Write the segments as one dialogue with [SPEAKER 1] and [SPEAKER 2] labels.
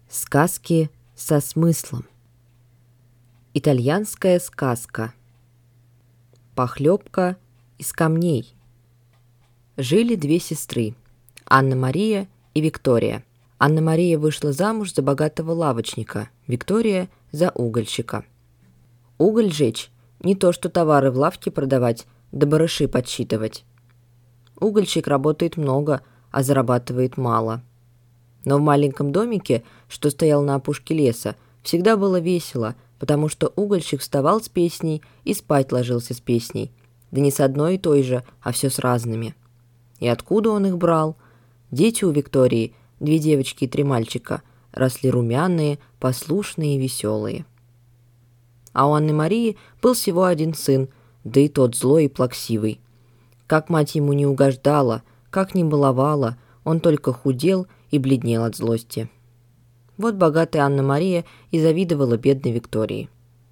[SPEAKER 1] Сказки со смыслом. Итальянская сказка. Похлебка из камней. Жили две сестры – Анна-Мария и Виктория. Анна-Мария вышла замуж за богатого лавочника, Виктория – за угольщика. Уголь жечь – не то что товары в лавке продавать, да барыши подсчитывать. Угольщик работает много, а зарабатывает мало. Но в маленьком домике, что стоял на опушке леса, всегда было весело, потому что угольщик вставал с песней и спать ложился с песней. Да не с одной и той же, а все с разными. И откуда он их брал? Дети у Виктории, 2 девочки и 3 мальчика, росли румяные, послушные и веселые. А у Анны-Марии был всего 1 сын, да и тот злой и плаксивый. Как мать ему не угождала, как не баловала, он только худел и бледнел от злости. Вот богатая Анна-Мария и завидовала бедной Виктории.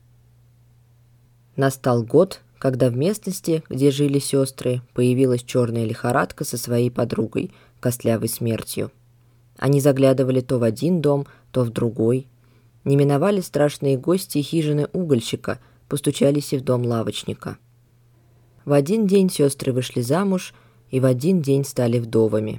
[SPEAKER 1] Настал год, когда в местности, где жили сестры, появилась черная лихорадка со своей подругой, костлявой смертью. Они заглядывали то в один дом, то в другой. Не миновали страшные гости хижины угольщика, постучались и в дом лавочника. В один день сестры вышли замуж и в один день стали вдовами.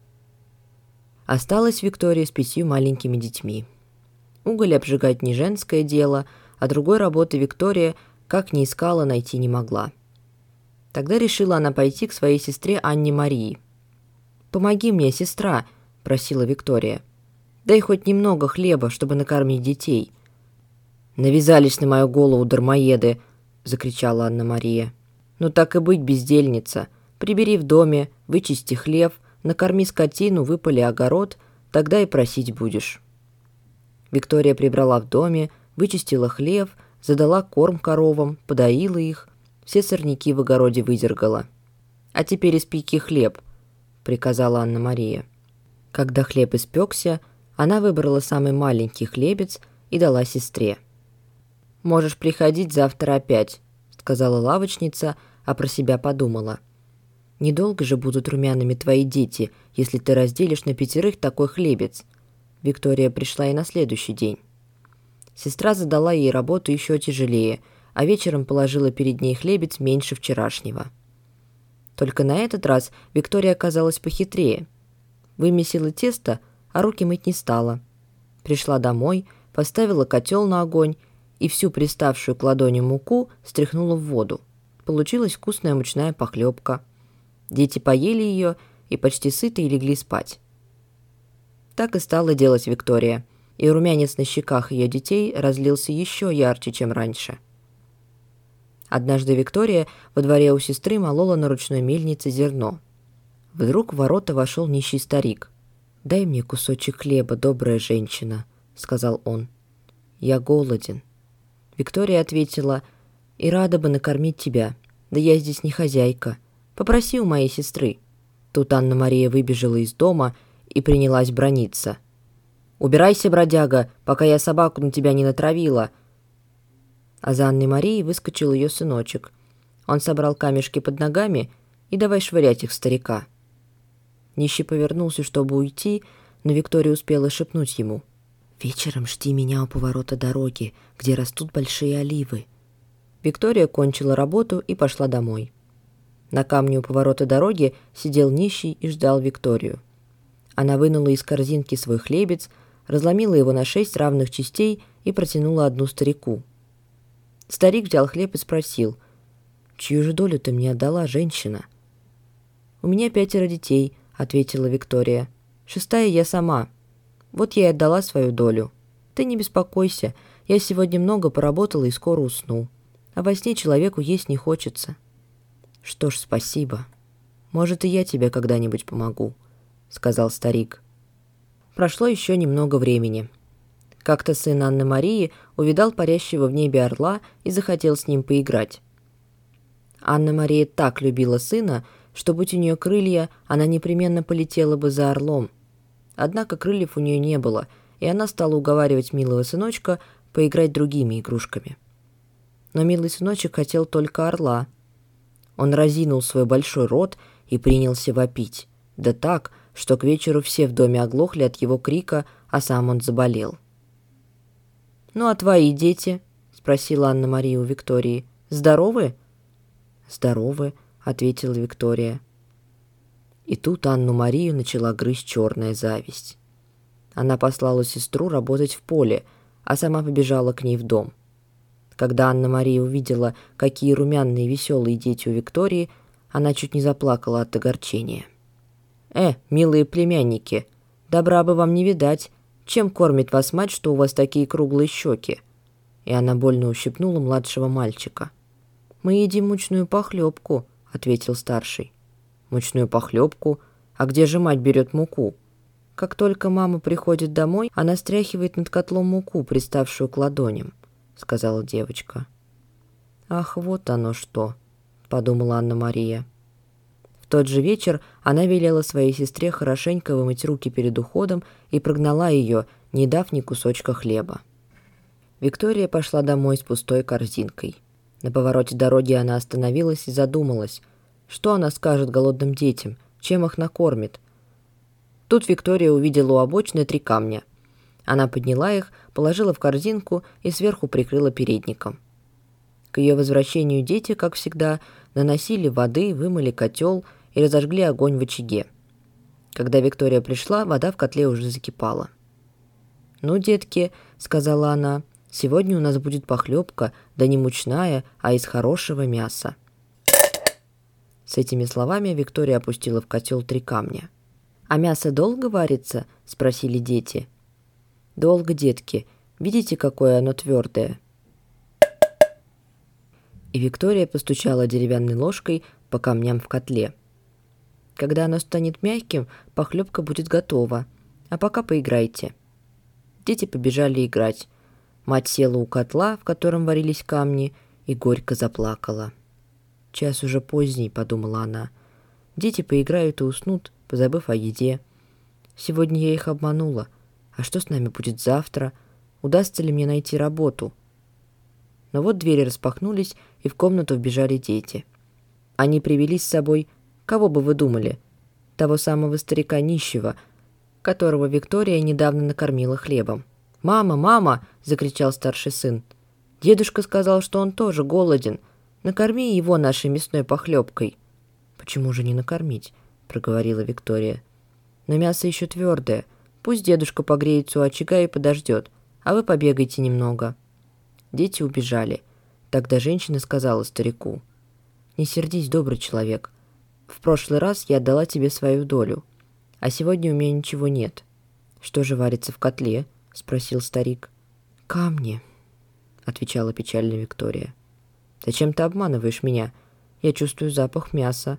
[SPEAKER 1] Осталась Виктория с 5 маленькими детьми. Уголь обжигать не женское дело, а другой работы Виктория, как ни искала, найти не могла. Тогда решила она пойти к своей сестре Анне-Марии. «Помоги мне, сестра», – просила Виктория. «Дай хоть немного хлеба, чтобы накормить детей». «Навязались на мою голову дармоеды», – закричала Анна-Мария. «Ну так и быть, бездельница. Прибери в доме, вычисти хлев, накорми скотину, выпали огород, тогда и просить будешь». Виктория прибрала в доме, вычистила хлев, задала корм коровам, подоила их, все сорняки в огороде выдергала. «А теперь испеки хлеб», — приказала Анна-Мария. Когда хлеб испекся, она выбрала самый маленький хлебец и дала сестре. «Можешь приходить завтра опять», — сказала лавочница, а про себя подумала. «Недолго же будут румяными твои дети, если ты разделишь на 5 такой хлебец». Виктория пришла и на следующий день. Сестра задала ей работу еще тяжелее, а вечером положила перед ней хлебец меньше вчерашнего. Только на этот раз Виктория оказалась похитрее. Вымесила тесто, а руки мыть не стала. Пришла домой, поставила котел на огонь и всю приставшую к ладони муку стряхнула в воду. Получилась вкусная мучная похлебка. Дети поели ее и почти сытые легли спать. Так и стала делать Виктория, и румянец на щеках ее детей разлился еще ярче, чем раньше. Однажды Виктория во дворе у сестры молола на ручной мельнице зерно. Вдруг в ворота вошел нищий старик. «Дай мне кусочек хлеба, добрая женщина», — сказал он. «Я голоден». Виктория ответила: «И рада бы накормить тебя, да я здесь не хозяйка. Попроси у моей сестры». Тут Анна-Мария выбежала из дома и принялась браниться. «Убирайся, бродяга, пока я собаку на тебя не натравила». А за Анной-Марией выскочил ее сыночек. Он собрал камешки под ногами и давай швырять их в старика. Нищий повернулся, чтобы уйти, но Виктория успела шепнуть ему: «Вечером жди меня у поворота дороги, где растут большие оливы». Виктория кончила работу и пошла домой. На камне у поворота дороги сидел нищий и ждал Викторию. Она вынула из корзинки свой хлебец, разломила его на 6 равных частей и протянула одну старику. Старик взял хлеб и спросил: «Чью же долю ты мне отдала, женщина?» «У меня 5 детей», — ответила Виктория. «6-я я сама. Вот я и отдала свою долю. Ты не беспокойся, я сегодня много поработала и скоро усну. А во сне человеку есть не хочется». «Что ж, спасибо. Может, и я тебе когда-нибудь помогу», — сказал старик. Прошло еще немного времени. Как-то сын Анны-Марии увидал парящего в небе орла и захотел с ним поиграть. Анна-Мария так любила сына, что, будь у нее крылья, она непременно полетела бы за орлом. Однако крыльев у нее не было, и она стала уговаривать милого сыночка поиграть другими игрушками. Но милый сыночек хотел только орла. Он разинул свой большой рот и принялся вопить, да так, что к вечеру все в доме оглохли от его крика, а сам он заболел. «Ну а твои дети?» — спросила Анна-Мария у Виктории. «Здоровы?» «Здоровы», — ответила Виктория. И тут Анну-Марию начала грызть черная зависть. Она послала сестру работать в поле, а сама побежала к ней в дом. Когда Анна-Мария увидела, какие румяные и веселые дети у Виктории, она чуть не заплакала от огорчения. Милые племянники, добра бы вам не видать. Чем кормит вас мать, что у вас такие круглые щеки?» И она больно ущипнула младшего мальчика. «Мы едим мучную похлебку», — ответил старший. «Мучную похлебку? А где же мать берет муку?» «Как только мама приходит домой, она стряхивает над котлом муку, приставшую к ладоням», — сказала девочка. «Ах, вот оно что», — подумала Анна-Мария. В тот же вечер она велела своей сестре хорошенько вымыть руки перед уходом и прогнала ее, не дав ни кусочка хлеба. Виктория пошла домой с пустой корзинкой. На повороте дороги она остановилась и задумалась, что она скажет голодным детям, чем их накормит. Тут Виктория увидела у обочины 3 камня. Она подняла их, положила в корзинку и сверху прикрыла передником. К ее возвращению дети, как всегда, наносили воды, вымыли котел и разожгли огонь в очаге. Когда Виктория пришла, вода в котле уже закипала. «Ну, детки», — сказала она, — «сегодня у нас будет похлебка, да не мучная, а из хорошего мяса». С этими словами Виктория опустила в котел 3 камня. «А мясо долго варится?» — спросили дети. «Долго, детки. Видите, какое оно твердое?» И Виктория постучала деревянной ложкой по камням в котле. «Когда оно станет мягким, похлебка будет готова. А пока поиграйте». Дети побежали играть. Мать села у котла, в котором варились камни, и горько заплакала. «Час уже поздний», — подумала она. «Дети поиграют и уснут, позабыв о еде. Сегодня я их обманула. А что с нами будет завтра? Удастся ли мне найти работу?» Но вот двери распахнулись, и в комнату вбежали дети. Они привели с собой, кого бы вы думали, того самого старика нищего, которого Виктория недавно накормила хлебом. «Мама, мама!» — закричал старший сын. «Дедушка сказал, что он тоже голоден. Накорми его нашей мясной похлебкой». «Почему же не накормить?» — проговорила Виктория. «Но мясо еще твердое. Пусть дедушка погреется у очага и подождет, а вы побегайте немного». Дети убежали. Тогда женщина сказала старику: «Не сердись, добрый человек. В прошлый раз я отдала тебе свою долю, а сегодня у меня ничего нет». «Что же варится в котле?» — спросил старик. «Камни», — отвечала печально Виктория. «Зачем ты обманываешь меня? Я чувствую запах мяса».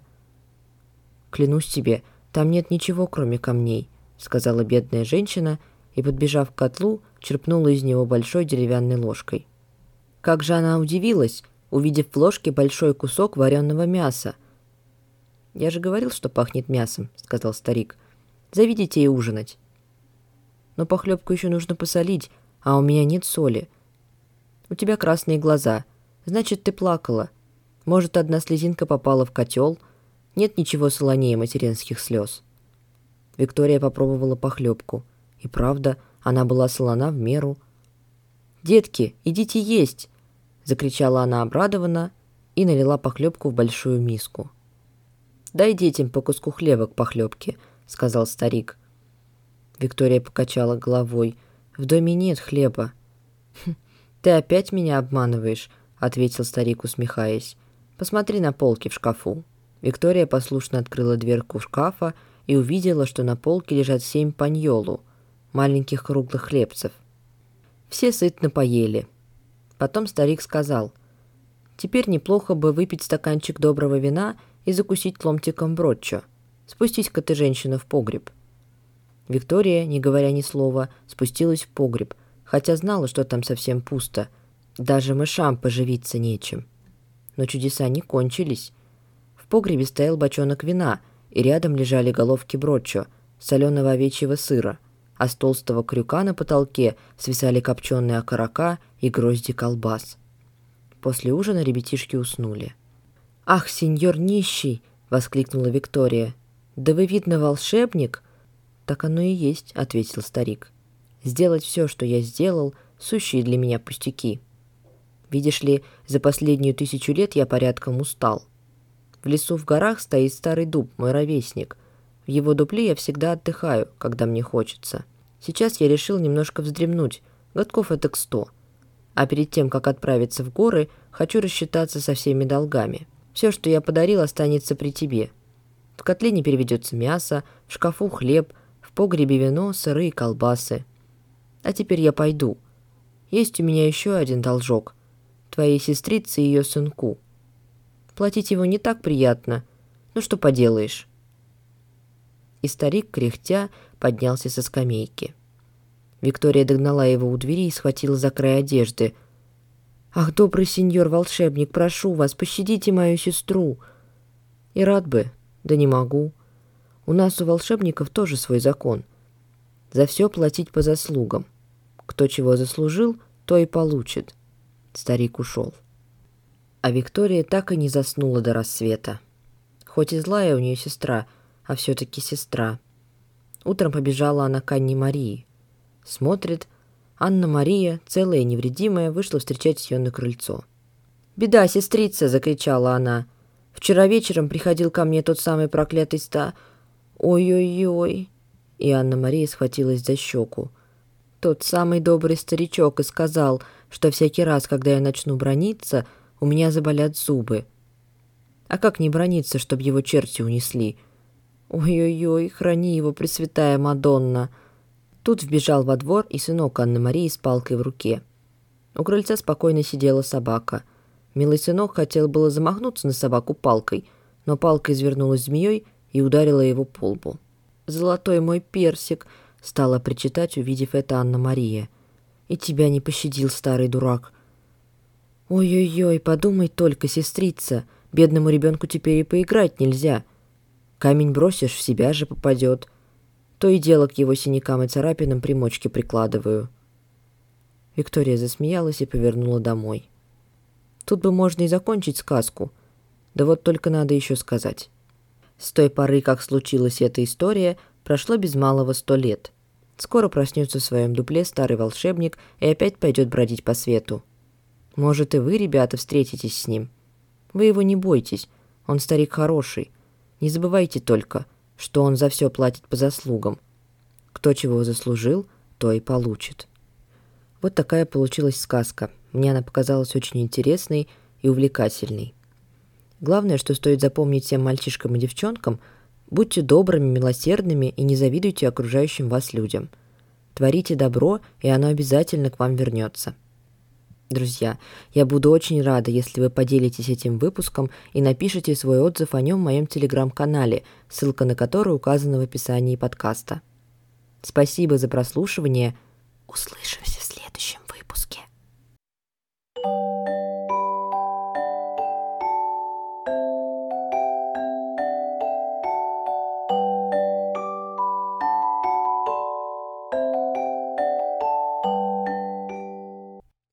[SPEAKER 1] «Клянусь тебе, там нет ничего, кроме камней», — сказала бедная женщина и, подбежав к котлу, черпнула из него большой деревянной ложкой. Как же она удивилась, увидев в ложке большой кусок вареного мяса. «Я же говорил, что пахнет мясом», — сказал старик. «Зови детей ужинать». «Но похлебку еще нужно посолить, а у меня нет соли. У тебя красные глаза, значит, ты плакала. Может, одна слезинка попала в котел? Нет ничего солонее материнских слез». Виктория попробовала похлебку. И правда, она была солона в меру. «Детки, идите есть!» — закричала она обрадованно и налила похлебку в большую миску. «Дай детям по куску хлеба к похлебке», — сказал старик. Виктория покачала головой. «В доме нет хлеба». «Ты опять меня обманываешь», — ответил старик, усмехаясь. «Посмотри на полки в шкафу». Виктория послушно открыла дверку шкафа и увидела, что на полке лежат 7 паньолу, маленьких круглых хлебцев. Все сытно поели. Потом старик сказал: «Теперь неплохо бы выпить стаканчик доброго вина и закусить ломтиком броччо. Спустись-ка ты, женщина, в погреб». Виктория, не говоря ни слова, спустилась в погреб, хотя знала, что там совсем пусто. Даже мышам поживиться нечем. Но чудеса не кончились. В погребе стоял бочонок вина, и рядом лежали головки броччо, соленого овечьего сыра, а с толстого крюка на потолке свисали копченые окорока и грозди колбас. После ужина ребятишки уснули. «Ах, сеньор нищий!» — воскликнула Виктория. «Да вы, видно, волшебник! «Так оно и есть», — ответил старик. «Сделать все, что я сделал, сущие для меня пустяки. Видишь ли, за последнюю 1000 лет я порядком устал. В лесу в горах стоит старый дуб, мой ровесник. В его дупле я всегда отдыхаю, когда мне хочется. Сейчас я решил немножко вздремнуть, годков этак 100. А перед тем, как отправиться в горы, хочу рассчитаться со всеми долгами. Все, что я подарил, останется при тебе. В котле не переведется мясо, в шкафу хлеб, в погребе вино, сыры и колбасы. А теперь я пойду. Есть у меня еще один должок. Твоей сестрице и ее сынку. Платить его не так приятно. Ну что поделаешь?» И старик, кряхтя, поднялся со скамейки. Виктория догнала его у двери и схватила за край одежды. «Ах, добрый сеньор-волшебник, прошу вас, пощадите мою сестру!» «И рад бы, да не могу. У нас у волшебников тоже свой закон. За все платить по заслугам. Кто чего заслужил, то и получит». Старик ушел. А Виктория так и не заснула до рассвета. Хоть и злая у нее сестра, а все-таки сестра. Утром побежала она к Анне Марии. Смотрит, Анна-Мария, целая и невредимая, вышла встречать ее на крыльцо. «Беда, сестрица!» — закричала она. «Вчера вечером приходил ко мне тот самый проклятый Ой-ой-ой!» И Анна-Мария схватилась за щеку. «Тот самый добрый старичок и сказал, что всякий раз, когда я начну браниться, у меня заболят зубы. А как не браниться, чтоб его черти унесли? Ой-ой-ой, храни его, Пресвятая Мадонна!» Тут вбежал во двор и сынок Анны-Марии с палкой в руке. У крыльца спокойно сидела собака. Милый сынок хотел было замахнуться на собаку палкой, но палка извернулась змеей и ударила его по лбу. «Золотой мой персик!» — стала причитать, увидев это Анна-Мария. «И тебя не пощадил старый дурак». «Ой-ой-ой, подумай только, сестрица, бедному ребенку теперь и поиграть нельзя. Камень бросишь, в себя же попадет. То и дело к его синякам и царапинам примочки прикладываю». Виктория засмеялась и повернула домой. Тут бы можно и закончить сказку. Да вот только надо еще сказать. С той поры, как случилась эта история, прошло без малого 100 лет. Скоро проснется в своем дупле старый волшебник и опять пойдет бродить по свету. Может, и вы, ребята, встретитесь с ним. Вы его не бойтесь, он старик хороший. Не забывайте только, что он за все платит по заслугам. Кто чего заслужил, то и получит. Вот такая получилась сказка. Мне она показалась очень интересной и увлекательной. Главное, что стоит запомнить всем мальчишкам и девчонкам: будьте добрыми, милосердными и не завидуйте окружающим вас людям. Творите добро, и оно обязательно к вам вернется. Друзья, я буду очень рада, если вы поделитесь этим выпуском и напишите свой отзыв о нем в моем телеграм-канале, ссылка на который указана в описании подкаста. Спасибо за прослушивание. Услышимся!